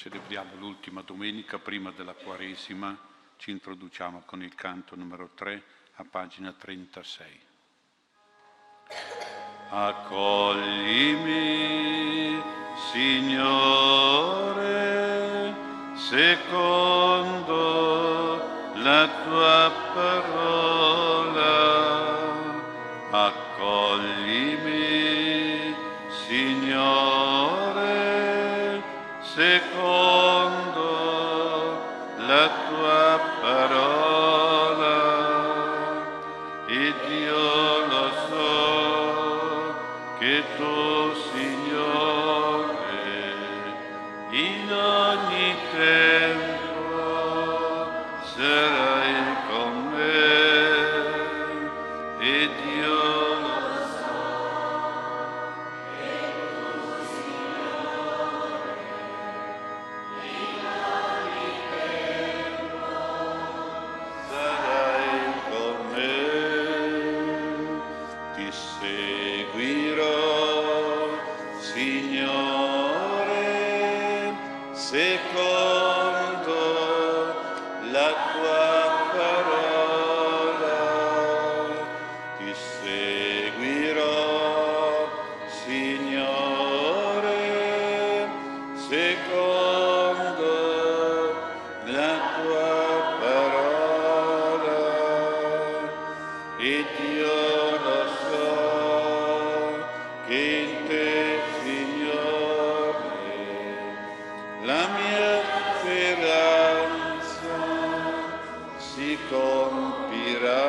celebriamo l'ultima domenica prima della Quaresima, ci introduciamo con il canto numero 3 a pagina 36. Accoglimi, Signore, secondo la tua parola. Accoglimi, Signore, secondo la tua parola. Ed io lo so che tu, Signore, in ogni tempo sarai con me. Ed io lo so che tu, Signore, in ogni tempo sarai con me. Ti seguirò, Signore, secondo la tua parola. Ti seguirò, Signore, secondo la tua parola. Ed io lo so che in te, Signore, la mia speranza si compirà.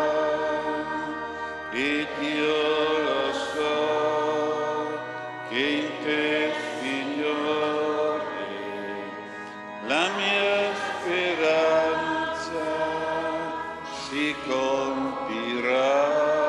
Ed io lo so che in te, Signore, la mia speranza si compirà.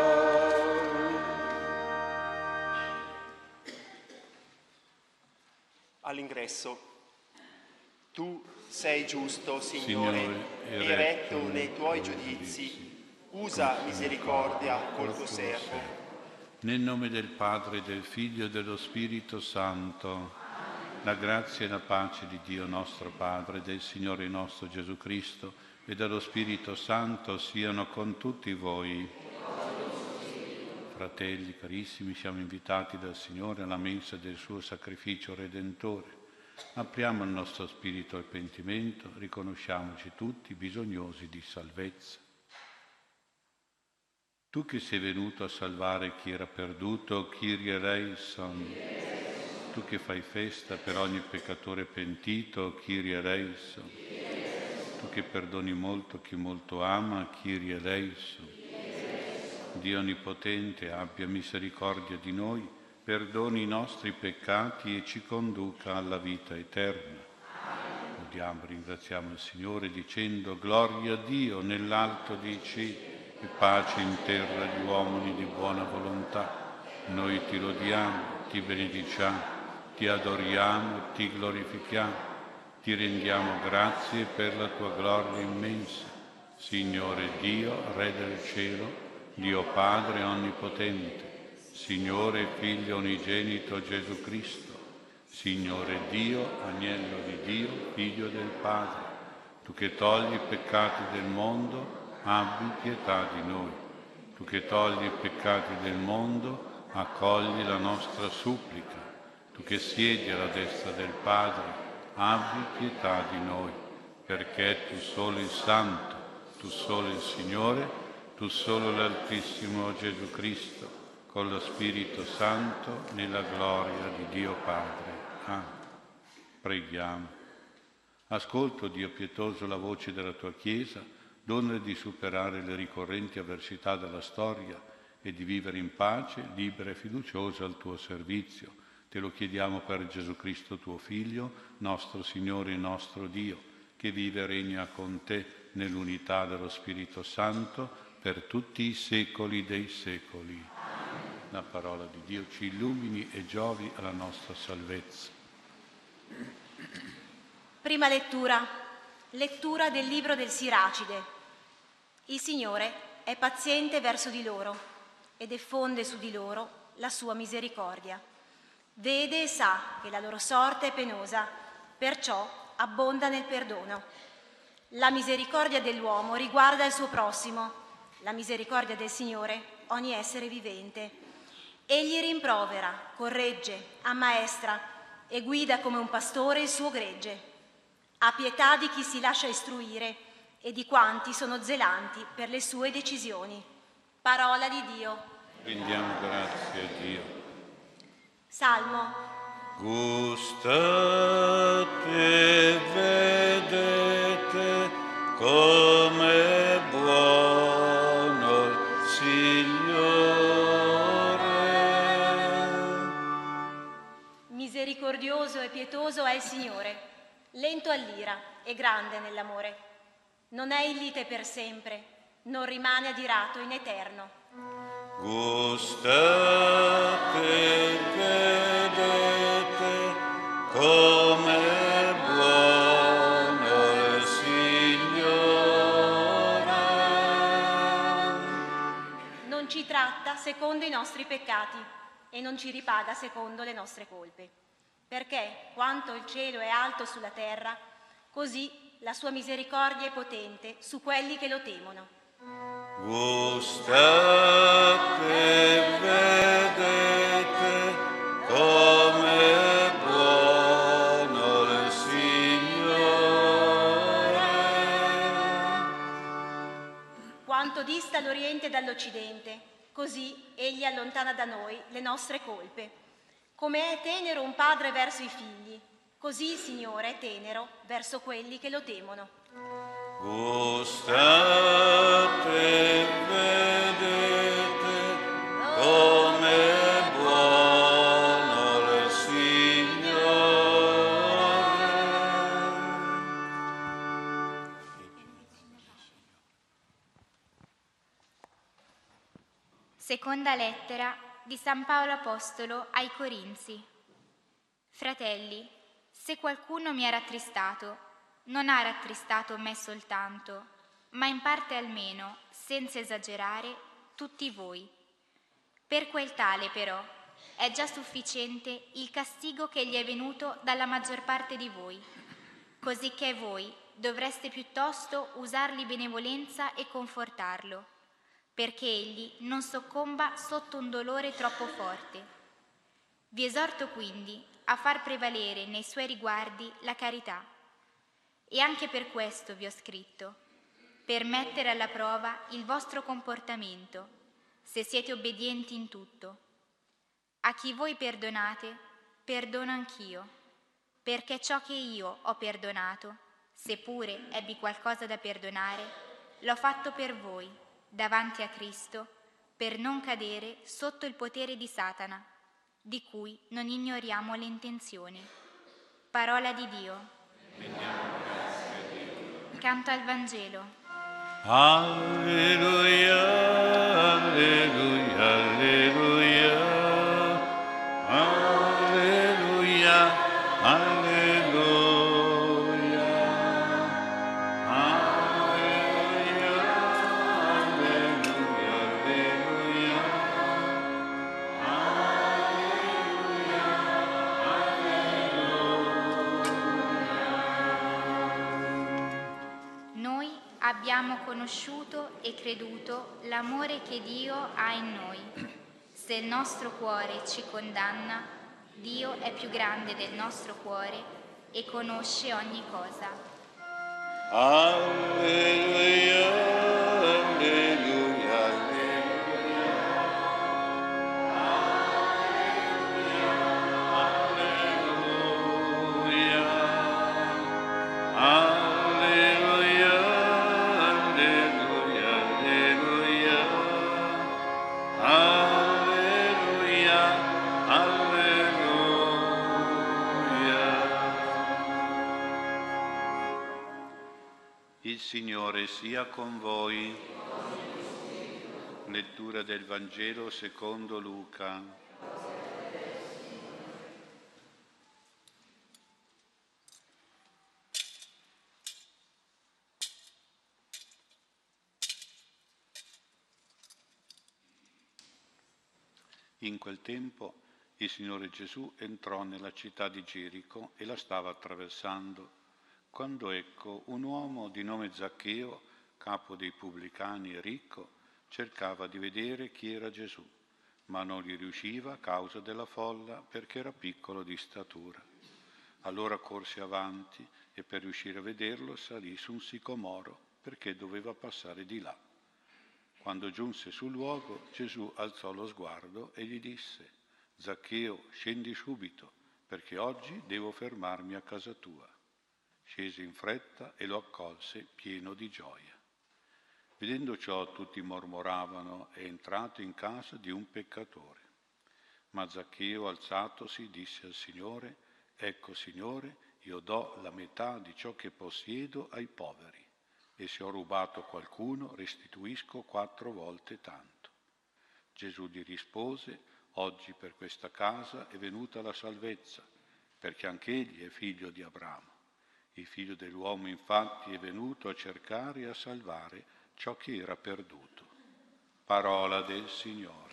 All'ingresso. Tu sei giusto, Signore, e retto nei tuoi giudizi. Usa misericordia col tuo servo. Nel nome del Padre, del Figlio e dello Spirito Santo, la grazia e la pace di Dio nostro Padre, del Signore nostro Gesù Cristo e dello Spirito Santo siano con tutti voi. Fratelli carissimi, siamo invitati dal Signore alla mensa del suo sacrificio redentore. Apriamo il nostro spirito al pentimento, riconosciamoci tutti bisognosi di salvezza. Tu che sei venuto a salvare chi era perduto, Kyrie eleison. Tu che fai festa per ogni peccatore pentito, Kyrie eleison. Tu che perdoni molto chi molto ama, Kyrie eleison. Dio Onnipotente abbia misericordia di noi, perdoni i nostri peccati e ci conduca alla vita eterna. Lodiamo, ringraziamo il Signore dicendo: gloria a Dio nell'alto dei cieli e pace in terra agli uomini di buona volontà. Noi ti lodiamo, ti benediciamo, ti adoriamo, ti glorifichiamo, ti rendiamo grazie per la tua gloria immensa. Signore Dio, Re del cielo, Dio Padre Onnipotente, Signore Figlio Unigenito Gesù Cristo, Signore Dio, Agnello di Dio, Figlio del Padre, tu che togli i peccati del mondo, abbi pietà di noi. Tu che togli i peccati del mondo, accogli la nostra supplica. Tu che siedi alla destra del Padre, abbi pietà di noi, perché tu solo il Santo, tu solo il Signore, tu solo l'Altissimo Gesù Cristo, con lo Spirito Santo, nella gloria di Dio Padre. Amen. Preghiamo. Ascolto, Dio pietoso, la voce della tua Chiesa, dona di superare le ricorrenti avversità della storia e di vivere in pace, libera e fiduciosa al tuo servizio. Te lo chiediamo per Gesù Cristo, tuo Figlio, nostro Signore e nostro Dio, che vive e regna con te nell'unità dello Spirito Santo, per tutti i secoli dei secoli. La parola di Dio ci illumini e giovi alla nostra salvezza. Prima lettura. Lettura del libro del Siracide. Il Signore è paziente verso di loro ed effonde su di loro la sua misericordia. Vede e sa che la loro sorte è penosa, perciò abbonda nel perdono. La misericordia dell'uomo riguarda il suo prossimo, la misericordia del Signore ogni essere vivente. Egli rimprovera, corregge, ammaestra e guida come un pastore il suo gregge. Ha pietà di chi si lascia istruire e di quanti sono zelanti per le sue decisioni. Parola di Dio. Rendiamo grazie a Dio. Salmo. Gustate, vedete come buono il Signore. Misericordioso e pietoso è il Signore, lento all'ira e grande nell'amore. Non è in lite per sempre, non rimane adirato in eterno. Gustate, vedete come buono il Signore. Non ci tratta secondo i nostri peccati e non ci ripaga secondo le nostre colpe. Perché quanto il cielo è alto sulla terra, così la sua misericordia è potente su quelli che lo temono. Gustate, vedete come buono il Signore. Quanto dista l'Oriente dall'Occidente, così egli allontana da noi le nostre colpe. Come è tenero un padre verso i figli, così il Signore è tenero verso quelli che lo temono. Gustate, vedete come buono il Signore. Seconda lettera di San Paolo Apostolo ai Corinzi. Fratelli, se qualcuno mi ha rattristato, non ha rattristato me soltanto, ma in parte almeno, senza esagerare, tutti voi. Per quel tale, però, è già sufficiente il castigo che gli è venuto dalla maggior parte di voi, cosicché voi dovreste piuttosto usargli benevolenza e confortarlo, perché egli non soccomba sotto un dolore troppo forte. Vi esorto quindi a far prevalere nei suoi riguardi la carità. E anche per questo vi ho scritto, per mettere alla prova il vostro comportamento, se siete obbedienti in tutto. A chi voi perdonate, perdono anch'io, perché ciò che io ho perdonato, seppure ebbi qualcosa da perdonare, l'ho fatto per voi, davanti a Cristo, per non cadere sotto il potere di Satana, di cui non ignoriamo le intenzioni. Parola di Dio. Canto al Vangelo. Alleluia, alleluia, alleluia, alleluia, alleluia, alleluia, alleluia, Noi abbiamo conosciuto e creduto l'amore che Dio ha in noi. Se il nostro cuore ci condanna, Dio è più grande del nostro cuore e conosce ogni cosa. alleluia, alleluia, alleluia, alleluia, alleluia, alleluia. Il Signore sia con voi. Lettura del Vangelo secondo Luca. In quel tempo il Signore Gesù entrò nella città di Gerico e la stava attraversando, quando ecco un uomo di nome Zaccheo, capo dei pubblicani e ricco, cercava di vedere chi era Gesù, ma non gli riusciva a causa della folla perché era piccolo di statura. Allora corse avanti e per riuscire a vederlo salì su un sicomoro perché doveva passare di là. Quando giunse sul luogo, Gesù alzò lo sguardo e gli disse: Zaccheo, scendi subito, perché oggi devo fermarmi a casa tua. Scese in fretta e lo accolse pieno di gioia. Vedendo ciò, tutti mormoravano: è entrato in casa di un peccatore. Ma Zaccheo, alzatosi, disse al Signore: ecco, Signore, io do la metà di ciò che possiedo ai poveri, e se ho rubato qualcuno restituisco 4 volte tanto. Gesù gli rispose: oggi per questa casa è venuta la salvezza, perché anch'egli è figlio di Abramo. Il figlio dell'uomo infatti è venuto a cercare e a salvare ciò che era perduto. Parola del Signore.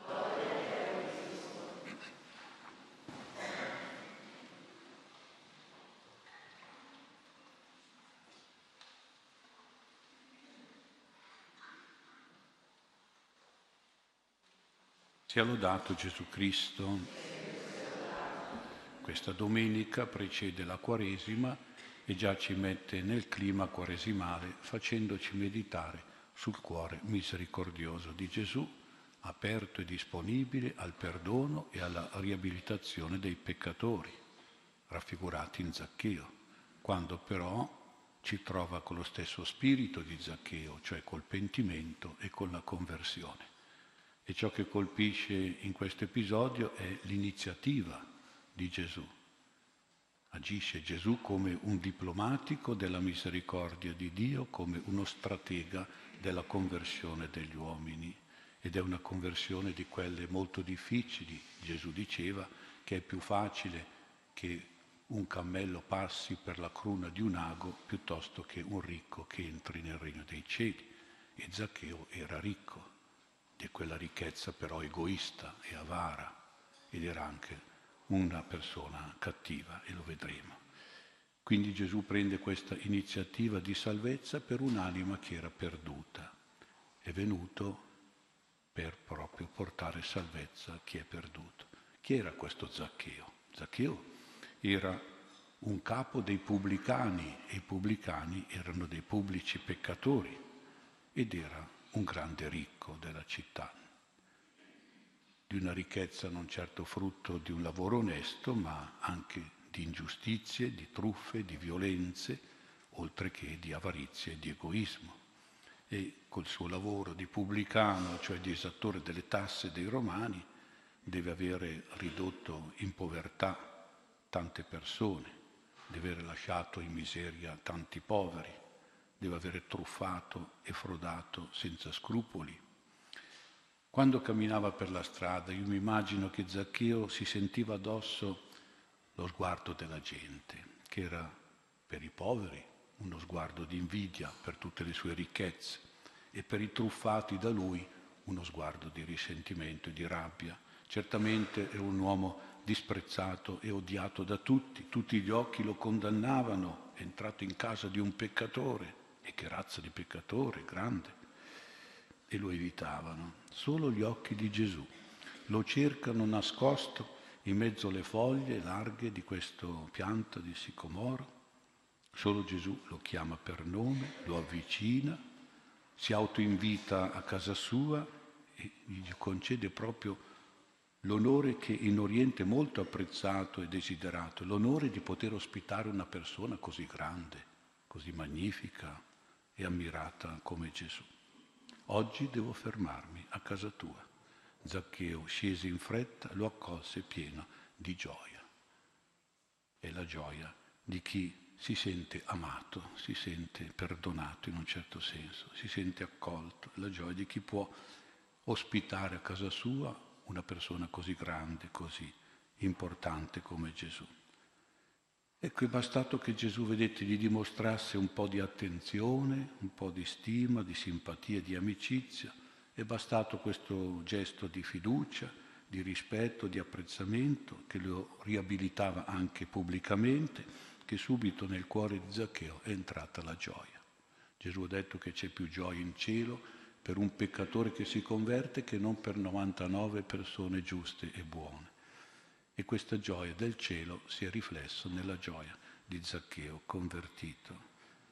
Sia lodato Gesù Cristo. Questa domenica precede la Quaresima e già ci mette nel clima quaresimale, facendoci meditare sul cuore misericordioso di Gesù, aperto e disponibile al perdono e alla riabilitazione dei peccatori, raffigurati in Zaccheo, quando però ci trova con lo stesso spirito di Zaccheo, cioè col pentimento e con la conversione. E ciò che colpisce in questo episodio è l'iniziativa di Gesù. Agisce Gesù come un diplomatico della misericordia di Dio, come uno stratega della conversione degli uomini. Ed è una conversione di quelle molto difficili. Gesù diceva che è più facile che un cammello passi per la cruna di un ago piuttosto che un ricco che entri nel regno dei cieli. E Zaccheo era ricco, di quella ricchezza però egoista e avara, ed era anche una persona cattiva, e lo vedremo. Quindi Gesù prende questa iniziativa di salvezza per un'anima che era perduta. È venuto per proprio portare salvezza a chi è perduto. Chi era questo Zaccheo? Zaccheo era un capo dei pubblicani, e i pubblicani erano dei pubblici peccatori, ed era un grande ricco della città, di una ricchezza non certo frutto di un lavoro onesto, ma anche di ingiustizie, di truffe, di violenze, oltre che di avarizia e di egoismo. E col suo lavoro di pubblicano, cioè di esattore delle tasse dei romani, deve avere ridotto in povertà tante persone, deve aver lasciato in miseria tanti poveri, deve aver truffato e frodato senza scrupoli. Quando camminava per la strada, io mi immagino che Zaccheo si sentiva addosso lo sguardo della gente, che era per i poveri uno sguardo di invidia per tutte le sue ricchezze, e per i truffati da lui uno sguardo di risentimento e di rabbia. Certamente è un uomo disprezzato e odiato da tutti gli occhi lo condannavano, è entrato in casa di un peccatore. E che razza di peccatore, grande! E lo evitavano. Solo gli occhi di Gesù lo cercano nascosto in mezzo alle foglie larghe di questo pianto di sicomoro. Solo Gesù lo chiama per nome, lo avvicina, si autoinvita a casa sua e gli concede proprio l'onore che in Oriente è molto apprezzato e desiderato, l'onore di poter ospitare una persona così grande, così magnifica e ammirata come Gesù. Oggi devo fermarmi a casa tua. Zaccheo scese in fretta, lo accolse pieno di gioia. È la gioia di chi si sente amato, si sente perdonato in un certo senso, si sente accolto, la gioia di chi può ospitare a casa sua una persona così grande, così importante come Gesù. Ecco, è bastato che Gesù, vedete, gli dimostrasse un po' di attenzione, un po' di stima, di simpatia, di amicizia. È bastato questo gesto di fiducia, di rispetto, di apprezzamento, che lo riabilitava anche pubblicamente, che subito nel cuore di Zaccheo è entrata la gioia. Gesù ha detto che c'è più gioia in cielo per un peccatore che si converte che non per 99 persone giuste e buone. E questa gioia del cielo si è riflessa nella gioia di Zaccheo convertito.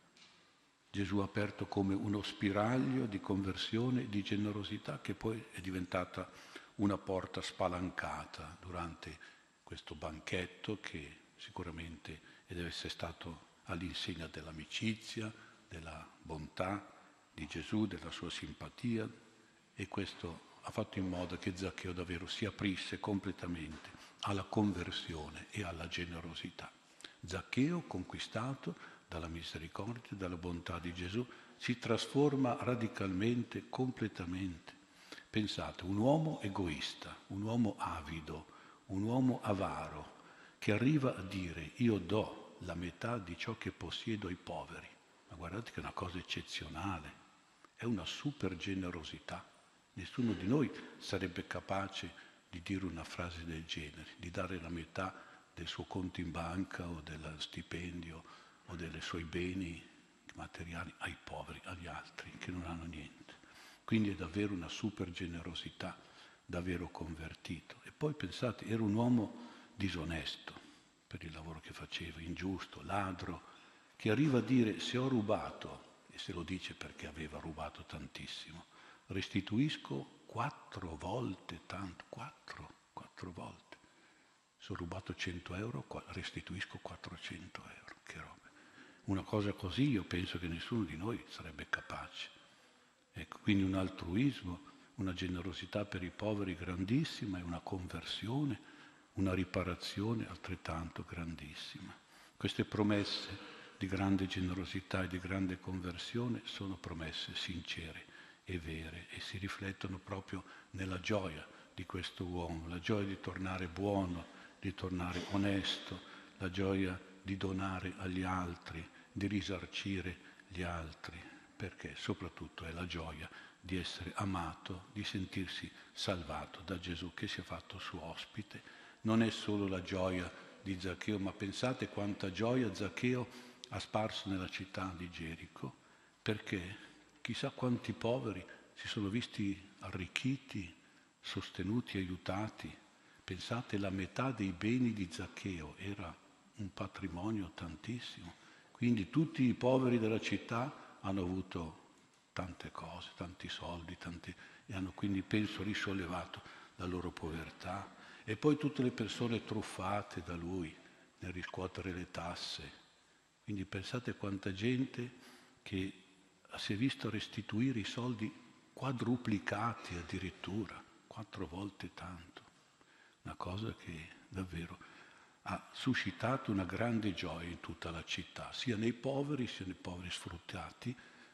Gesù ha aperto come uno spiraglio di conversione e di generosità che poi è diventata una porta spalancata durante questo banchetto che sicuramente deve essere stato all'insegna dell'amicizia, della bontà di Gesù, della sua simpatia, e questo ha fatto in modo che Zaccheo davvero si aprisse completamente alla conversione e alla generosità. Zaccheo, conquistato dalla misericordia e dalla bontà di Gesù, si trasforma radicalmente, completamente. Pensate, un uomo egoista, un uomo avido, un uomo avaro, che arriva a dire io do la metà di ciò che possiedo ai poveri. Ma guardate che è una cosa eccezionale, è una super generosità. Nessuno di noi sarebbe capace di dire una frase del genere, di dare la metà del suo conto in banca o del stipendio o dei suoi beni materiali ai poveri, agli altri che non hanno niente. Quindi è davvero una super generosità, davvero convertito. E poi pensate, era un uomo disonesto per il lavoro che faceva, ingiusto, ladro, che arriva a dire se ho rubato, e se lo dice perché aveva rubato tantissimo, restituisco 4 volte tanto, 4 volte. Se ho rubato 100 euro, restituisco 400 euro, che roba. Una cosa così io penso che nessuno di noi sarebbe capace. Ecco, quindi un altruismo, una generosità per i poveri grandissima e una conversione, una riparazione altrettanto grandissima. Queste promesse di grande generosità e di grande conversione sono promesse sincere e vere e si riflettono proprio nella gioia di questo uomo, la gioia di tornare buono, di tornare onesto, la gioia di donare agli altri, di risarcire gli altri, perché soprattutto è la gioia di essere amato, di sentirsi salvato da Gesù che si è fatto suo ospite. Non è solo la gioia di Zaccheo, ma pensate quanta gioia Zaccheo ha sparso nella città di Gerico, perché chissà quanti poveri si sono visti arricchiti, sostenuti, aiutati. Pensate, la metà dei beni di Zaccheo era un patrimonio tantissimo. Quindi tutti i poveri della città hanno avuto tante cose, tanti soldi, e hanno quindi, penso, risollevato la loro povertà. E poi tutte le persone truffate da lui nel riscuotere le tasse. Quindi pensate quanta gente che si è visto restituire i soldi quadruplicati addirittura, 4 volte tanto. Una cosa che davvero ha suscitato una grande gioia in tutta la città, sia nei poveri sfruttati,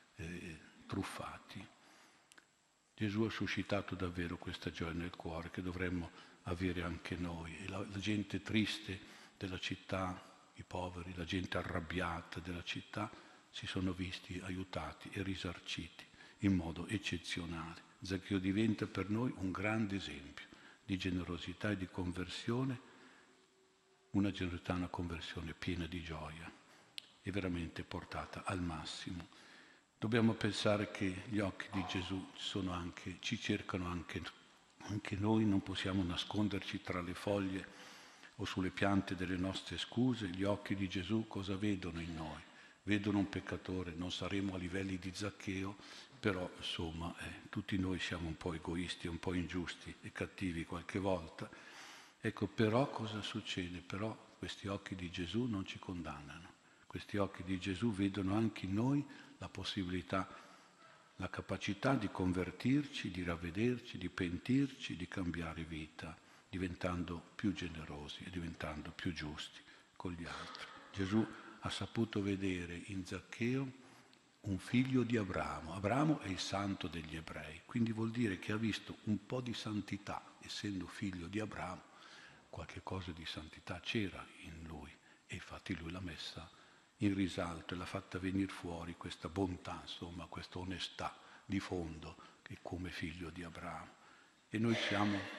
truffati. Gesù ha suscitato davvero questa gioia nel cuore che dovremmo avere anche noi. E la gente triste della città, i poveri, la gente arrabbiata della città si sono visti aiutati e risarciti in modo eccezionale. Zaccheo diventa per noi un grande esempio di generosità e di conversione, una generosità e una conversione piena di gioia e veramente portata al massimo. Dobbiamo pensare che gli occhi di Gesù ci cercano anche noi, non possiamo nasconderci tra le foglie o sulle piante delle nostre scuse. Gli occhi di Gesù cosa vedono in noi? Vedono un peccatore, non saremo a livelli di Zaccheo, però insomma tutti noi siamo un po' egoisti, un po' ingiusti e cattivi qualche volta. Ecco, però cosa succede? Però questi occhi di Gesù non ci condannano. Questi occhi di Gesù vedono anche in noi la possibilità, la capacità di convertirci, di ravvederci, di pentirci, di cambiare vita, diventando più generosi e diventando più giusti con gli altri. Gesù ha saputo vedere in Zaccheo un figlio di Abramo. Abramo è il santo degli ebrei, quindi vuol dire che ha visto un po' di santità, essendo figlio di Abramo, qualche cosa di santità c'era in lui e infatti lui l'ha messa in risalto e l'ha fatta venire fuori questa bontà, insomma, questa onestà di fondo che come figlio di Abramo. E noi siamo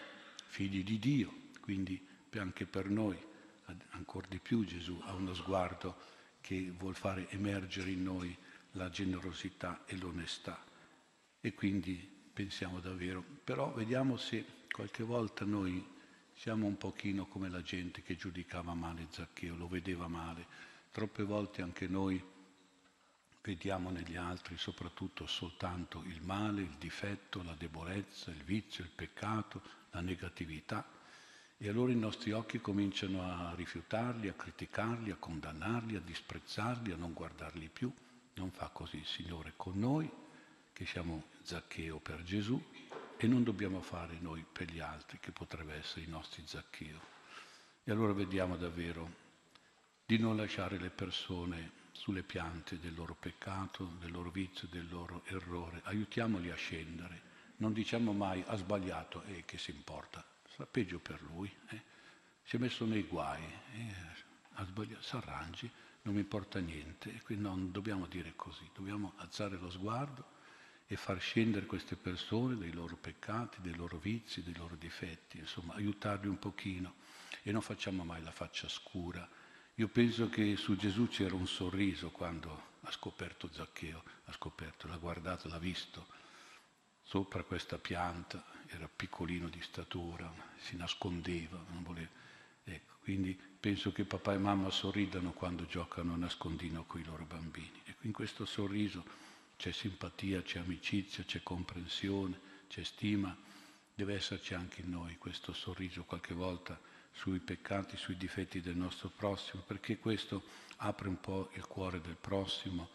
figli di Dio, quindi anche per noi, ancora di più Gesù ha uno sguardo che vuol fare emergere in noi la generosità e l'onestà. E quindi pensiamo davvero, però vediamo se qualche volta noi siamo un pochino come la gente che giudicava male Zaccheo, lo vedeva male. Troppe volte anche noi vediamo negli altri soprattutto soltanto il male, il difetto, la debolezza, il vizio, il peccato, la negatività. E allora i nostri occhi cominciano a rifiutarli, a criticarli, a condannarli, a disprezzarli, a non guardarli più. Non fa così il Signore con noi, che siamo Zaccheo per Gesù, e non dobbiamo fare noi per gli altri, che potrebbe essere i nostri Zaccheo. E allora vediamo davvero di non lasciare le persone sulle piante del loro peccato, del loro vizio, del loro errore. Aiutiamoli a scendere. Non diciamo mai ha sbagliato e che si importa. Sarà peggio per lui. Si è messo nei guai, ha sbagliato, si arrangi, non mi importa niente. E quindi non dobbiamo dire così. Dobbiamo alzare lo sguardo e far scendere queste persone dai loro peccati, dei loro vizi, dei loro difetti. Insomma, aiutarli un pochino. E non facciamo mai la faccia scura. Io penso che su Gesù c'era un sorriso quando ha scoperto Zaccheo, l'ha guardato, l'ha visto sopra questa pianta, era piccolino di statura, si nascondeva, non voleva. Ecco, quindi penso che papà e mamma sorridano quando giocano a nascondino con i loro bambini. E in questo sorriso c'è simpatia, c'è amicizia, c'è comprensione, c'è stima. Deve esserci anche in noi questo sorriso qualche volta sui peccati, sui difetti del nostro prossimo, perché questo apre un po' il cuore del prossimo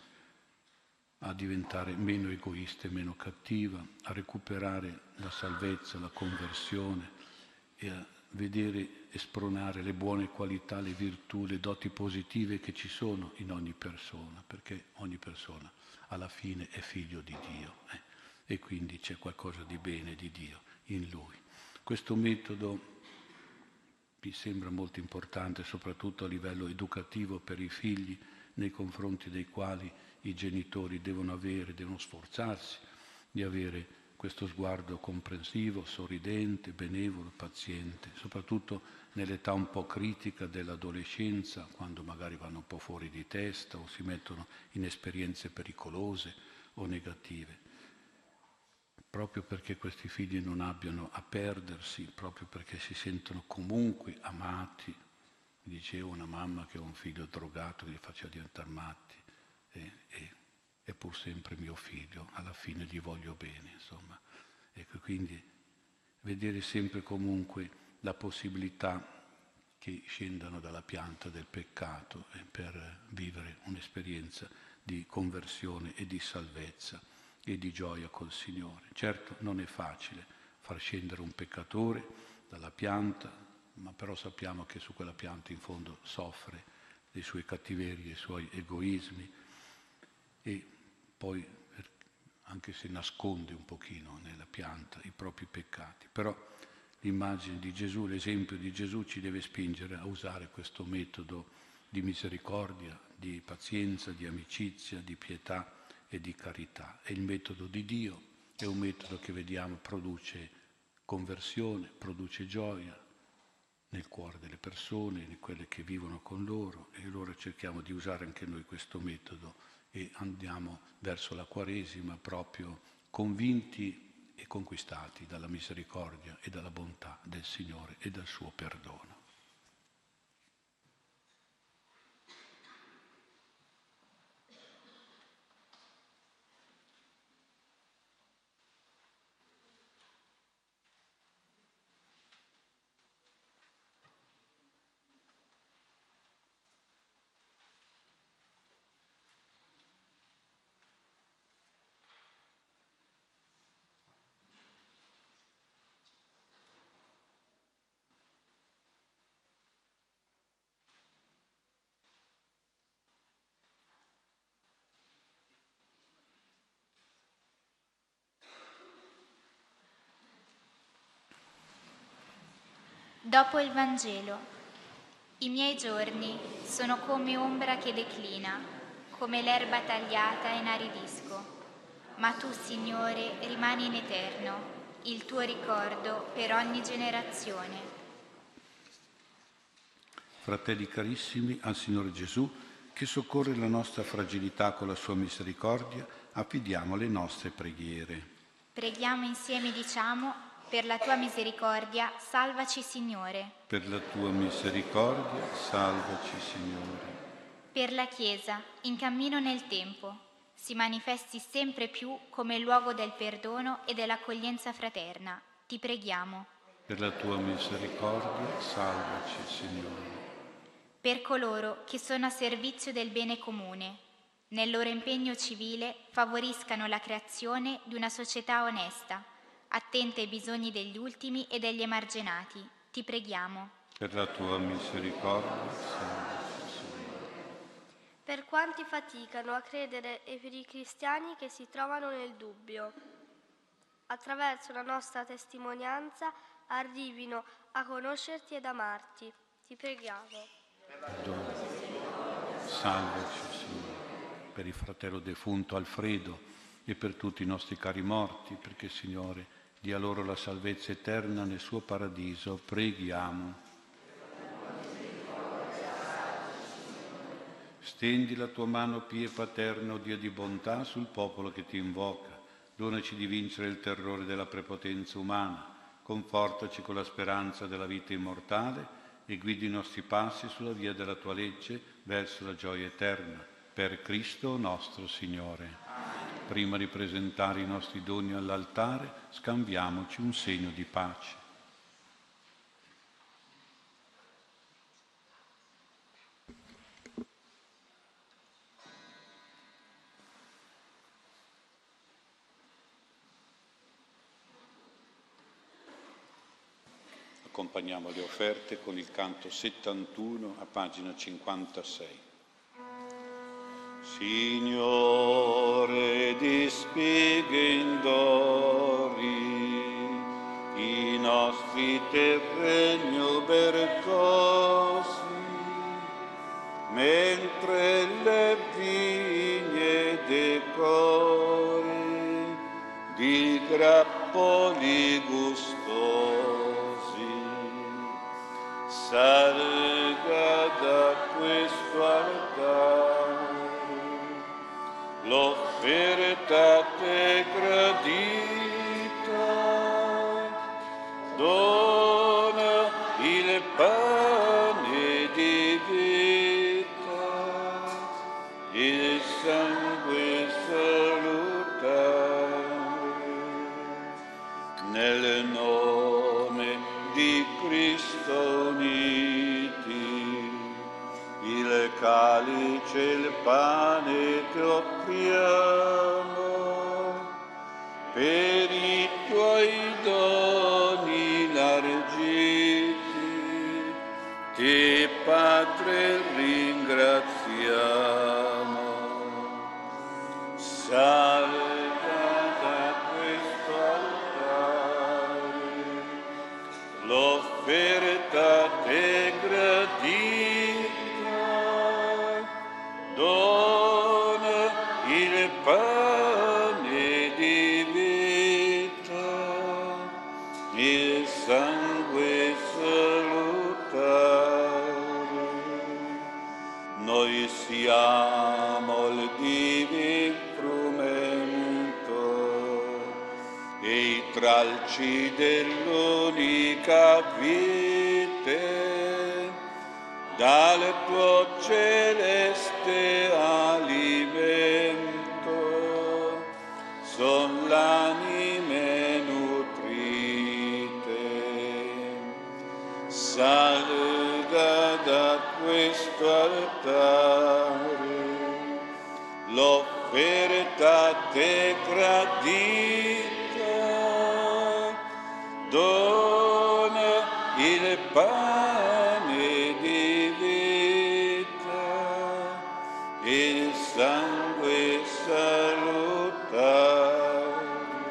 a diventare meno egoista e meno cattiva, a recuperare la salvezza, la conversione e a vedere e spronare le buone qualità, le virtù, le doti positive che ci sono in ogni persona, perché ogni persona alla fine è figlio di Dio e quindi c'è qualcosa di bene di Dio in lui. Questo metodo mi sembra molto importante, soprattutto a livello educativo per i figli, nei confronti dei quali i genitori devono sforzarsi di avere questo sguardo comprensivo, sorridente, benevolo, paziente, soprattutto nell'età un po' critica dell'adolescenza, quando magari vanno un po' fuori di testa o si mettono in esperienze pericolose o negative. Proprio perché questi figli non abbiano a perdersi, proprio perché si sentono comunque amati. Mi diceva una mamma che ha un figlio drogato che gli faceva diventare matti, è pur sempre mio figlio, alla fine gli voglio bene, insomma. Ecco, quindi vedere sempre comunque la possibilità che scendano dalla pianta del peccato per vivere un'esperienza di conversione e di salvezza e di gioia col Signore. Certo non è facile far scendere un peccatore dalla pianta, ma però sappiamo che su quella pianta in fondo soffre dei suoi cattiveri, dei suoi egoismi e poi anche se nasconde un pochino nella pianta i propri peccati. Però l'immagine di Gesù, l'esempio di Gesù ci deve spingere a usare questo metodo di misericordia, di pazienza, di amicizia, di pietà e di carità. È il metodo di Dio, è un metodo che vediamo produce conversione, produce gioia nel cuore delle persone, di quelle che vivono con loro, e allora cerchiamo di usare anche noi questo metodo e andiamo verso la Quaresima proprio convinti e conquistati dalla misericordia e dalla bontà del Signore e dal suo perdono. Dopo il Vangelo. I miei giorni sono come ombra che declina, come l'erba tagliata e inaridisco. Ma tu, Signore, rimani in eterno. il tuo ricordo per ogni generazione. Fratelli carissimi, al Signore Gesù, che soccorre la nostra fragilità con la sua misericordia, affidiamo le nostre preghiere. Preghiamo insieme e diciamo: per la tua misericordia, salvaci Signore. Per la tua misericordia, salvaci Signore. Per la Chiesa, in cammino nel tempo, si manifesti sempre più come luogo del perdono e dell'accoglienza fraterna. Ti preghiamo. Per la tua misericordia, salvaci Signore. Per coloro che sono a servizio del bene comune, nel loro impegno civile favoriscano la creazione di una società onesta, attenta ai bisogni degli ultimi e degli emarginati. Ti preghiamo. Per la tua misericordia, salvaci Signore. Per quanti faticano a credere e per i cristiani che si trovano nel dubbio, attraverso la nostra testimonianza arrivino a conoscerti ed amarti. Ti preghiamo. Perdona. Salvaci Signore. Per il fratello defunto Alfredo e per tutti i nostri cari morti, perché Signore dia loro la salvezza eterna nel suo paradiso. Preghiamo. Stendi la tua mano pia e paterna, o Dio di bontà, sul popolo che ti invoca. Donaci di vincere il terrore della prepotenza umana. Confortaci con la speranza della vita immortale e guidi i nostri passi sulla via della tua legge verso la gioia eterna. Per Cristo nostro Signore. Prima di presentare i nostri doni all'altare, scambiamoci un segno di pace. Accompagniamo le offerte con il canto 71 a pagina 56. Signore, dispieghendori i nostri terreni percosi, mentre le vigne decori di grappoli gustosi, salga da questo altare l'offerta te gradita, dona il pane di vita, il sangue salutare, nel nome di Cristo uniti, il calice e il pane ti offriamo, per i tuoi doni largiti, te Padre ringraziamo. Salga da questo altare l'offerta te gradita, dona il pane di vita, il sangue salutare. Noi siamo il divino frumento e i tralci dell'unica vite, dal tuo celeste alimento son l'anime nutrite. Salga da questo altare l'offerta te gradita, dona il pane di vita, il sangue salutare.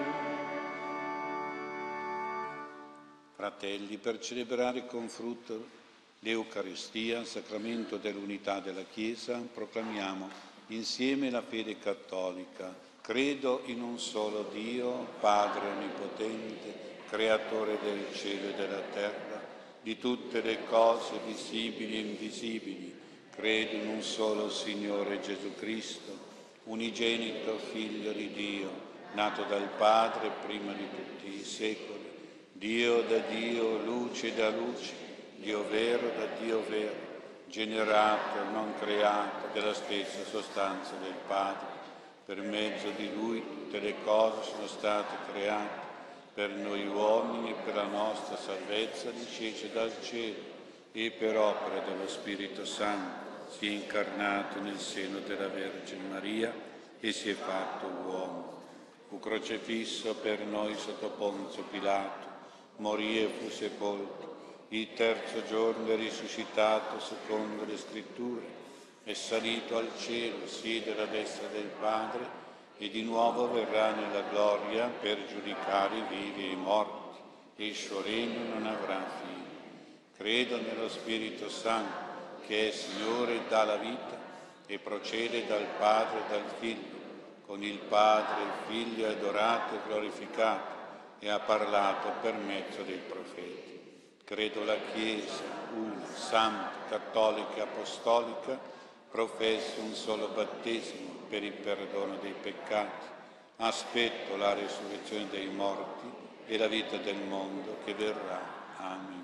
Fratelli, per celebrare con frutto l'Eucaristia, sacramento dell'unità della Chiesa, proclamiamo insieme la fede cattolica. Credo in un solo Dio, Padre Onnipotente, Creatore del cielo e della terra, di tutte le cose visibili e invisibili. Credo in un solo Signore Gesù Cristo, unigenito Figlio di Dio, nato dal Padre prima di tutti i secoli, Dio da Dio, luce da luce, Dio vero da Dio vero, generato, non creato, della stessa sostanza del Padre. Per mezzo di Lui tutte le cose sono state create, per noi uomini e per la nostra salvezza discese dal cielo e per opera dello Spirito Santo si è incarnato nel seno della Vergine Maria e si è fatto uomo. Fu crocifisso per noi sotto Ponzio Pilato, morì e fu sepolto. Il terzo giorno è risuscitato secondo le Scritture, è salito al cielo, siede alla destra del Padre e di nuovo verrà nella gloria per giudicare i vivi e i morti, e il suo regno non avrà fine. Credo nello Spirito Santo, che è Signore e dà la vita e procede dal Padre e dal Figlio. Con il Padre il Figlio è adorato e glorificato e ha parlato per mezzo dei profeti. Credo la Chiesa, una, santa, cattolica e apostolica, professo un solo battesimo per il perdono dei peccati. Aspetto la risurrezione dei morti e la vita del mondo che verrà. Amen.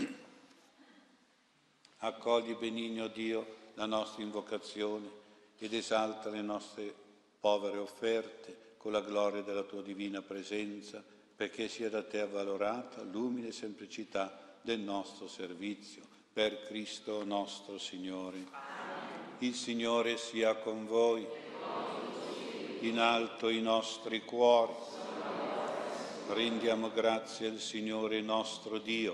Accogli, benigno Dio, la nostra invocazione ed esalta le nostre povere offerte con la gloria della tua divina presenza, perché sia da te avvalorata l'umile semplicità del nostro servizio. Per Cristo nostro Signore. Il Signore sia con voi. In alto i nostri cuori. Rendiamo grazie al Signore nostro Dio.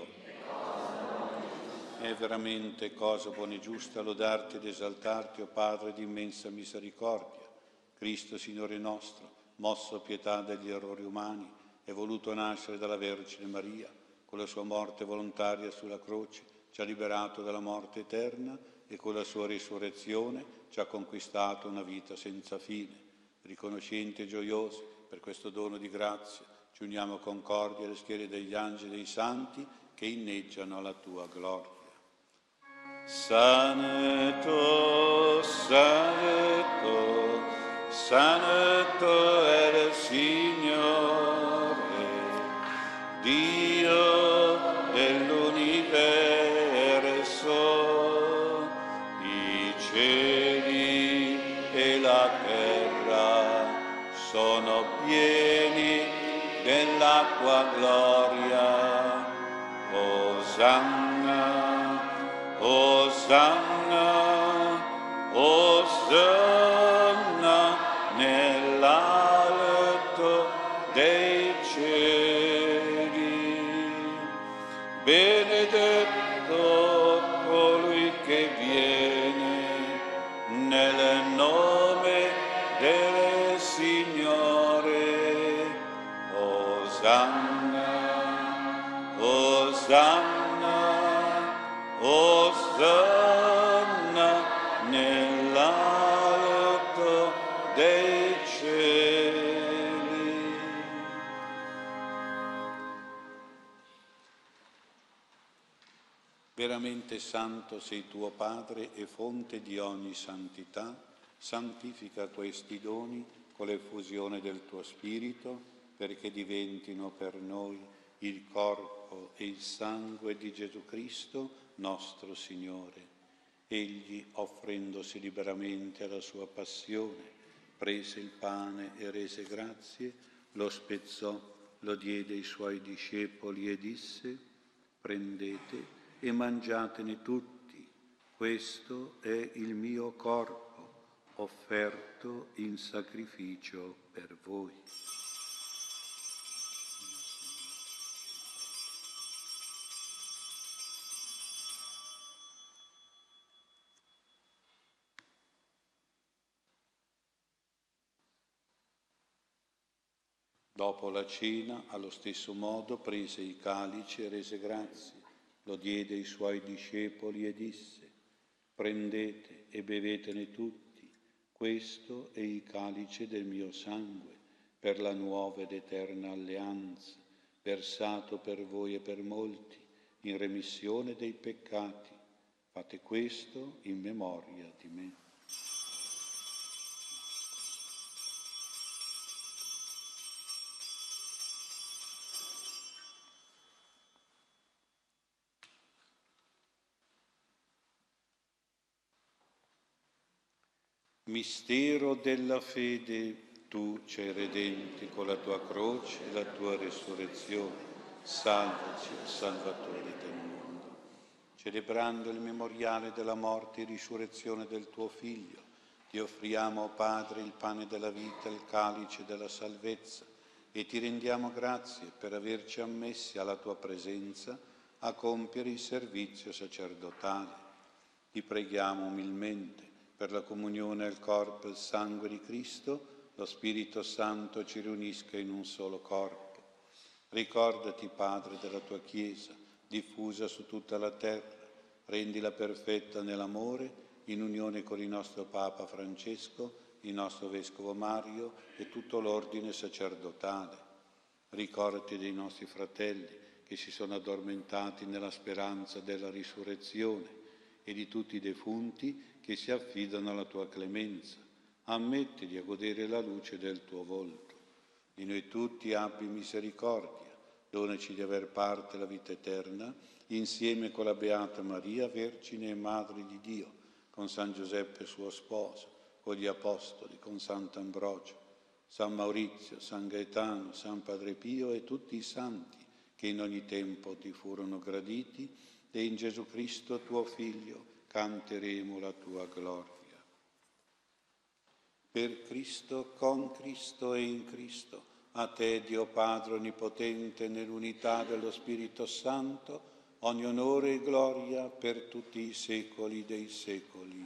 È veramente cosa buona e giusta lodarti ed esaltarti, o Padre di immensa misericordia. Cristo, Signore nostro, mosso a pietà degli errori umani, è voluto nascere dalla Vergine Maria. Con la sua morte volontaria sulla croce ci ha liberato dalla morte eterna e con la sua risurrezione ci ha conquistato una vita senza fine. Riconoscenti e gioiosi per questo dono di grazia, ci uniamo a concordia alle schiere degli angeli e dei santi che inneggiano alla tua gloria. Santo, santo, santo è il Signore, Dio dell'universo, i cieli e la terra sono pieni dell'acqua gloria. Osanna, Osanna, Osanna nell'alto dei cieli. Benedetto colui che viene nel nome del Signore. Osanna, Osanna, Osanna nell'alto dei cieli. Veramente santo sei tuo Padre e fonte di ogni santità. Santifica questi doni con l'effusione del tuo Spirito, perché diventino per noi il corpo e il sangue di Gesù Cristo, nostro Signore. Egli, offrendosi liberamente alla sua passione, prese il pane e rese grazie, lo spezzò, lo diede ai suoi discepoli e disse: prendete e mangiatene tutti, questo è il mio corpo, offerto in sacrificio per voi. Dopo la cena, allo stesso modo, prese il calice e rese grazie, lo diede ai suoi discepoli e disse: prendete e bevetene tutti, Questo è il calice del mio sangue, per la nuova ed eterna alleanza, versato per voi e per molti, in remissione dei peccati. Fate questo in memoria di me. Mistero della fede, tu ci hai redenti con la tua croce e la tua resurrezione. Salvaci, Salvatore del mondo. Celebrando il memoriale della morte e risurrezione del tuo Figlio, ti offriamo, o Padre, il pane della vita, il calice della salvezza, e ti rendiamo grazie per averci ammessi alla tua presenza a compiere il servizio sacerdotale. Ti preghiamo umilmente per la comunione al corpo e al sangue di Cristo, lo Spirito Santo ci riunisca in un solo corpo. Ricordati, Padre, della tua Chiesa, diffusa su tutta la terra, rendila perfetta nell'amore, in unione con il nostro Papa Francesco, il nostro Vescovo Mario e tutto l'ordine sacerdotale. Ricordati dei nostri fratelli che si sono addormentati nella speranza della risurrezione e di tutti i defunti che si affidano alla tua clemenza. Ammettili a godere la luce del tuo volto. Di noi tutti abbi misericordia, donaci di aver parte la vita eterna, insieme con la Beata Maria, Vergine e Madre di Dio, con San Giuseppe suo sposo, con gli Apostoli, con Sant'Ambrogio, San Maurizio, San Gaetano, San Padre Pio e tutti i santi che in ogni tempo ti furono graditi, e in Gesù Cristo tuo Figlio canteremo la tua gloria. Per Cristo, con Cristo e in Cristo, a te, Dio Padre Onnipotente, nell'unità dello Spirito Santo, ogni onore e gloria per tutti i secoli dei secoli.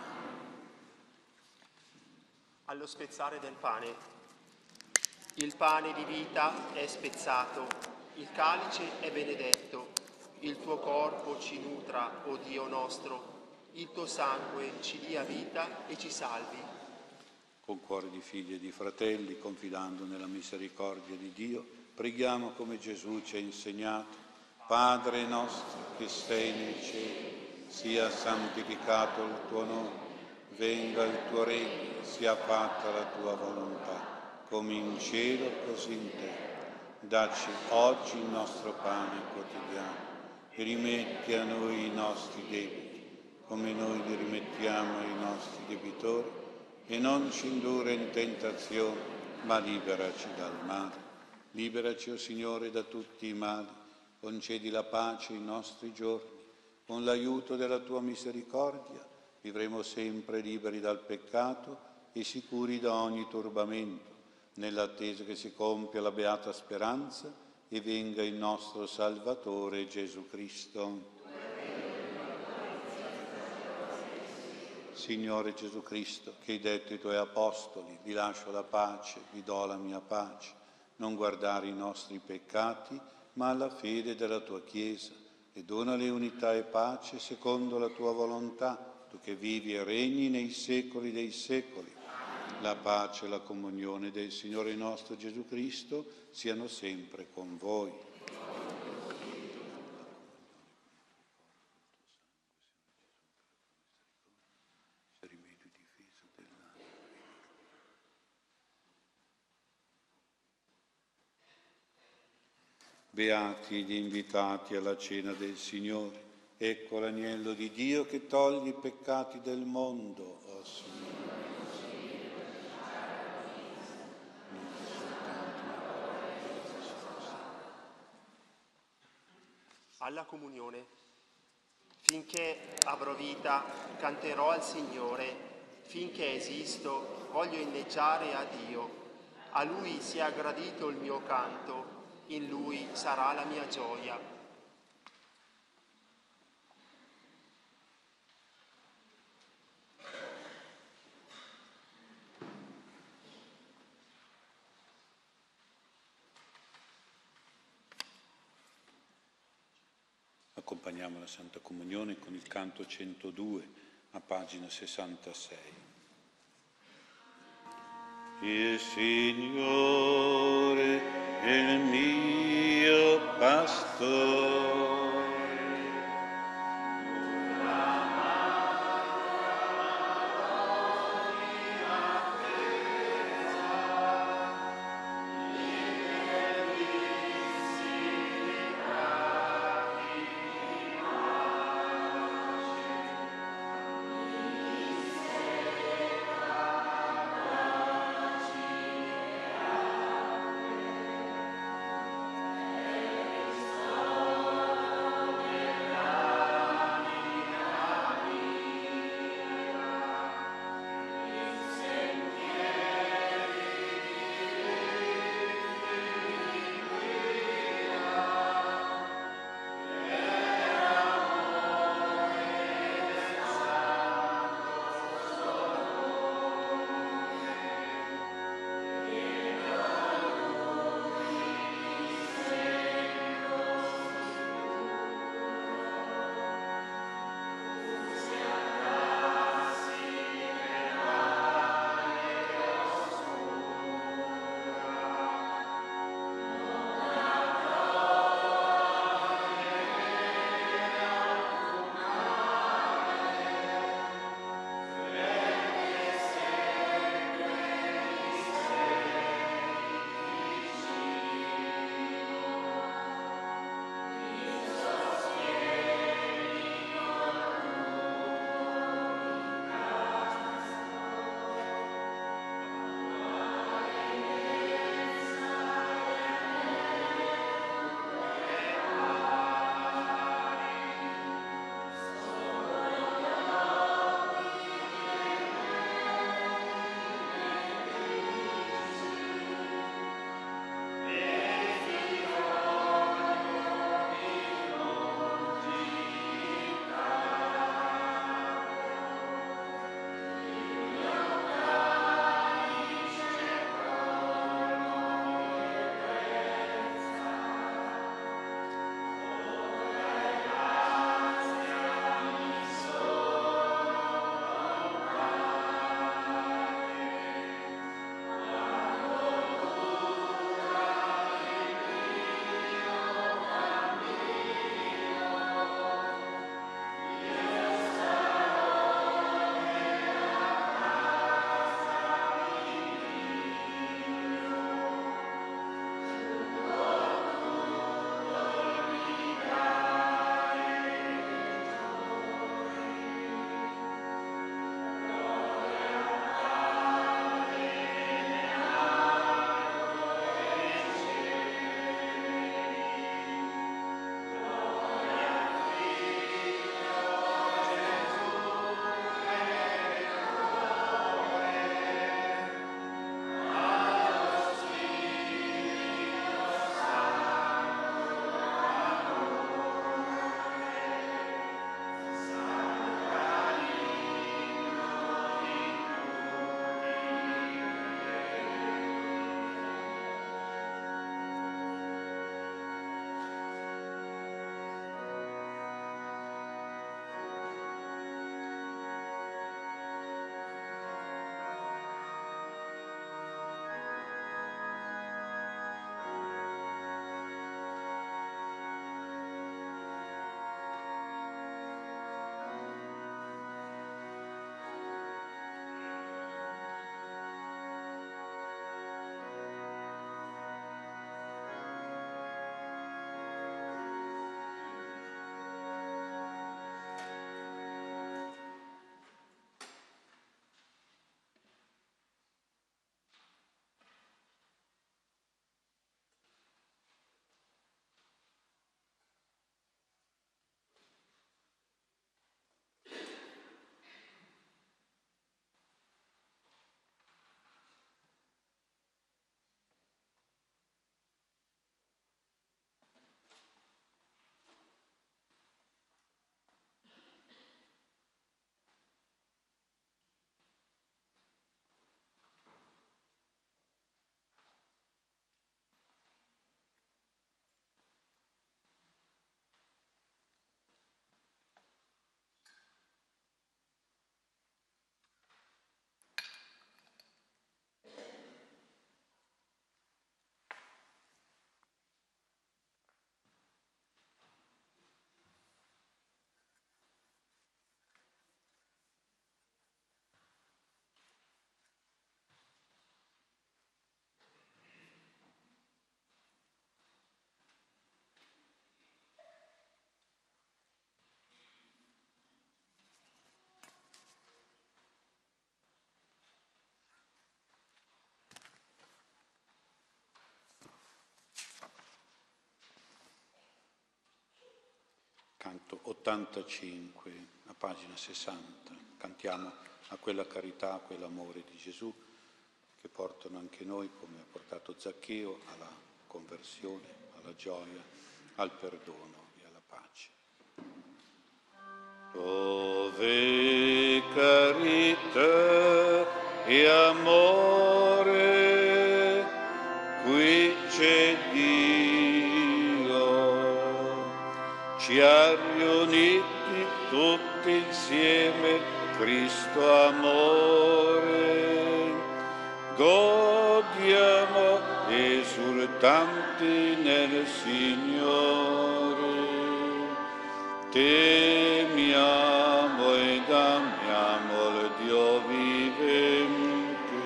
Allo spezzare del pane, il pane di vita è spezzato, il calice è benedetto, il tuo corpo ci nutra, o Dio nostro, il tuo sangue ci dia vita e ci salvi. Con cuore di figli e di fratelli, confidando nella misericordia di Dio, preghiamo come Gesù ci ha insegnato. Padre nostro che sei nei cieli, sia santificato il tuo nome, venga il tuo regno, sia fatta la tua volontà, come in cielo così in terra. Dacci oggi il nostro pane quotidiano e rimetti a noi i nostri debiti, come noi li rimettiamo ai nostri debitori, e non ci indurre in tentazione, ma liberaci dal male. Liberaci, o Signore, da tutti i mali, concedi la pace ai nostri giorni. Con l'aiuto della tua misericordia vivremo sempre liberi dal peccato e sicuri da ogni turbamento, nell'attesa che si compia la beata speranza e venga il nostro Salvatore Gesù Cristo. Signore Gesù Cristo, che hai detto ai tuoi apostoli, vi lascio la pace, vi do la mia pace, non guardare i nostri peccati, ma alla fede della tua Chiesa, e donale unità e pace secondo la tua volontà, tu che vivi e regni nei secoli dei secoli. La pace e la comunione del Signore nostro Gesù Cristo siano sempre con voi. Beati gli invitati alla cena del Signore. Ecco l'agnello di Dio che toglie i peccati del mondo. Oh Signore. Alla comunione. Finché avrò vita, canterò al Signore. Finché esisto, voglio inneggiare a Dio. A Lui sia gradito il mio canto. In Lui sarà la mia gioia. Accompagniamo la Santa Comunione con il canto 102 a pagina 66. Il Signore è il mio pastore. 85, a pagina 60. Cantiamo a quella carità, a quell'amore di Gesù che portano anche noi, come ha portato Zaccheo, alla conversione, alla gioia, al perdono e alla pace. Dove carità e amore, qui c'è Dio, ci ha riuniti tutti insieme, Cristo amore, godiamo esultanti nel Signore, temiamo ed amiamo il Dio vivente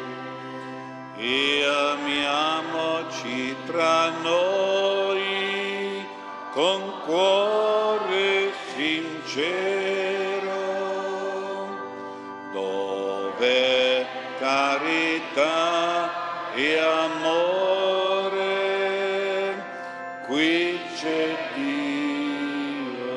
e amiamoci tra noi con cuore sincero, dove carità e amore, qui c'è Dio.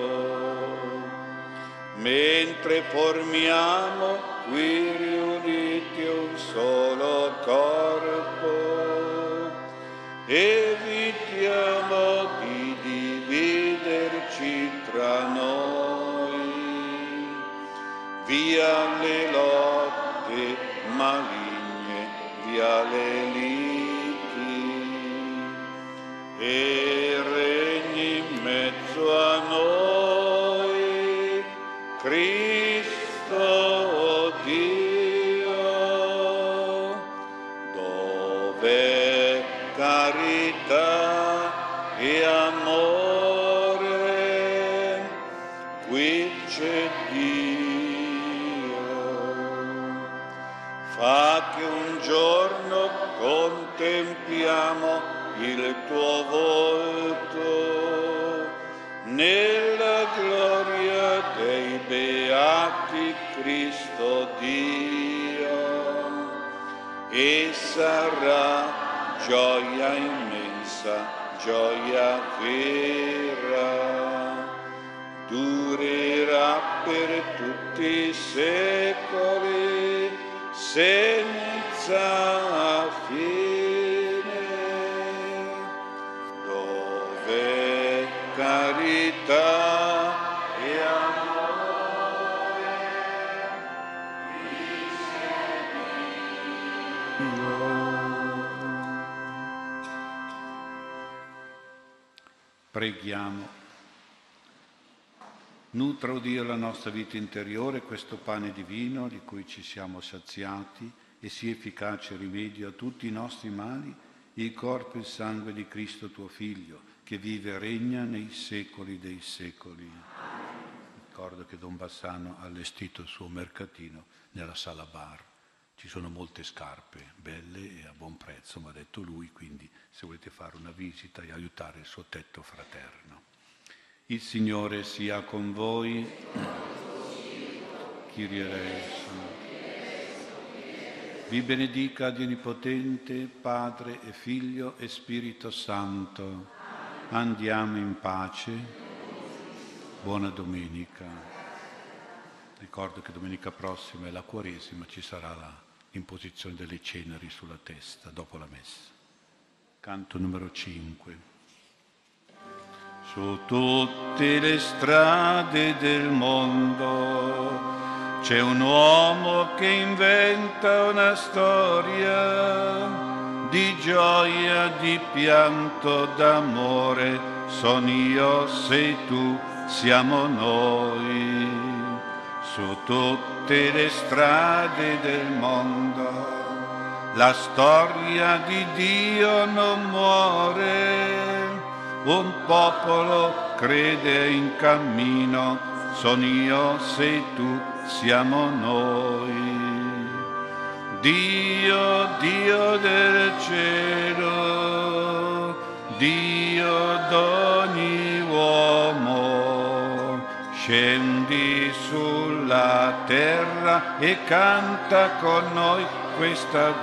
Mentre formiamo qui riuniti un solo corpo, evitiamo di dividerci tra noi, via le lotte maligne, via le liti, e regni in mezzo a noi Cristo Dio, dove carità e amore, qui c'è Dio. Fa che un giorno contempliamo il tuo volto nella gloria dei beati Cristo Dio, e sarà gioia immensa, gioia vera, durerà per tutti i secoli senza fine, dove carità e amore, qui c'è Dio. Preghiamo. Nutra, o Dio, la nostra vita interiore, questo pane divino di cui ci siamo saziati, e sia efficace rimedio a tutti i nostri mali, il corpo e il sangue di Cristo tuo Figlio, che vive e regna nei secoli dei secoli. Ricordo che Don Bassano ha allestito il suo mercatino nella sala bar. Ci sono molte scarpe belle e a buon prezzo, mi ha detto lui, quindi se volete fare una visita e aiutare il suo tetto fraterno. Il Signore sia con voi. Kyrie eleison. Vi benedica Dio Onnipotente, Padre e Figlio e Spirito Santo. Andiamo in pace. Buona domenica. Ricordo che domenica prossima è la Quaresima, ci sarà l'imposizione delle ceneri sulla testa dopo la messa. Canto numero 5. Su tutte le strade del mondo c'è un uomo che inventa una storia di gioia, di pianto, d'amore. Son io, sei tu, siamo noi. Su tutte le strade del mondo la storia di Dio non muore. Un popolo crede in cammino, son io, sei tu, siamo noi. Dio, Dio del cielo, Dio d'ogni uomo, scendi sulla terra e canta con noi questa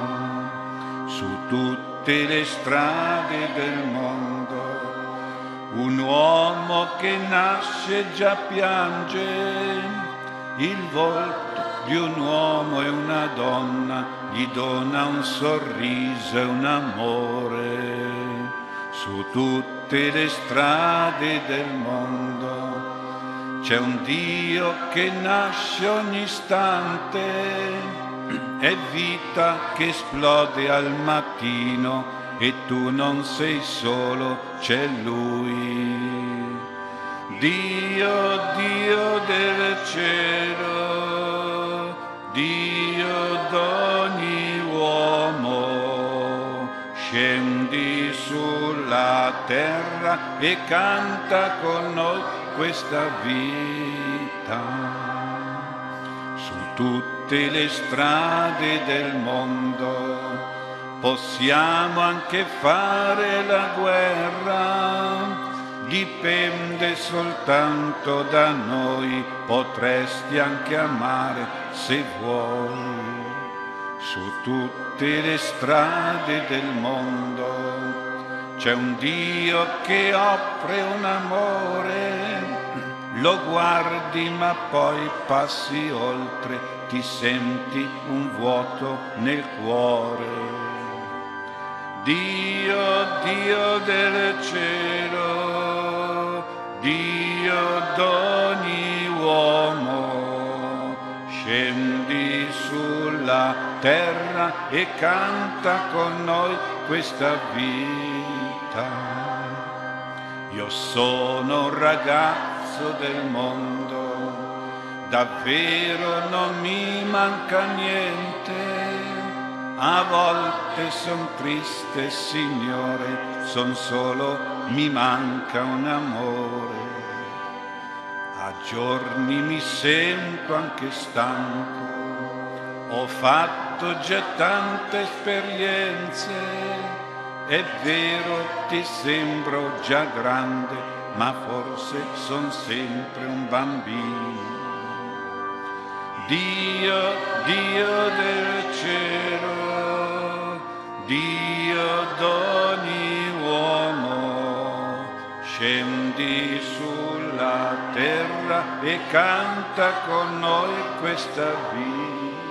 vita. Su tutte le strade del mondo Un uomo che nasce già piange, il volto di un uomo e una donna gli dona un sorriso e un amore. Su tutte le strade del mondo c'è un Dio che nasce ogni istante, è vita che esplode al mattino e tu non sei solo, c'è Lui. Dio, Dio del cielo, Dio d'ogni uomo, scendi sulla terra e canta con noi questa vita. Su tutte le strade del mondo possiamo anche fare la guerra, dipende soltanto da noi, potresti anche amare se vuoi. Su tutte le strade del mondo c'è un Dio che offre un amore, lo guardi ma poi passi oltre, ti senti un vuoto nel cuore. Dio, Dio del cielo, Dio d'ogni uomo, scendi sulla terra e canta con noi questa vita. Io sono un ragazzo del mondo, davvero non mi manca niente. A volte son triste, Signore, son solo, mi manca un amore. A giorni mi sento anche stanco, ho fatto già tante esperienze. È vero, ti sembro già grande, ma forse son sempre un bambino. Dio, Dio del cielo, Dio d'ogni uomo, scendi sulla terra e canta con noi questa vita.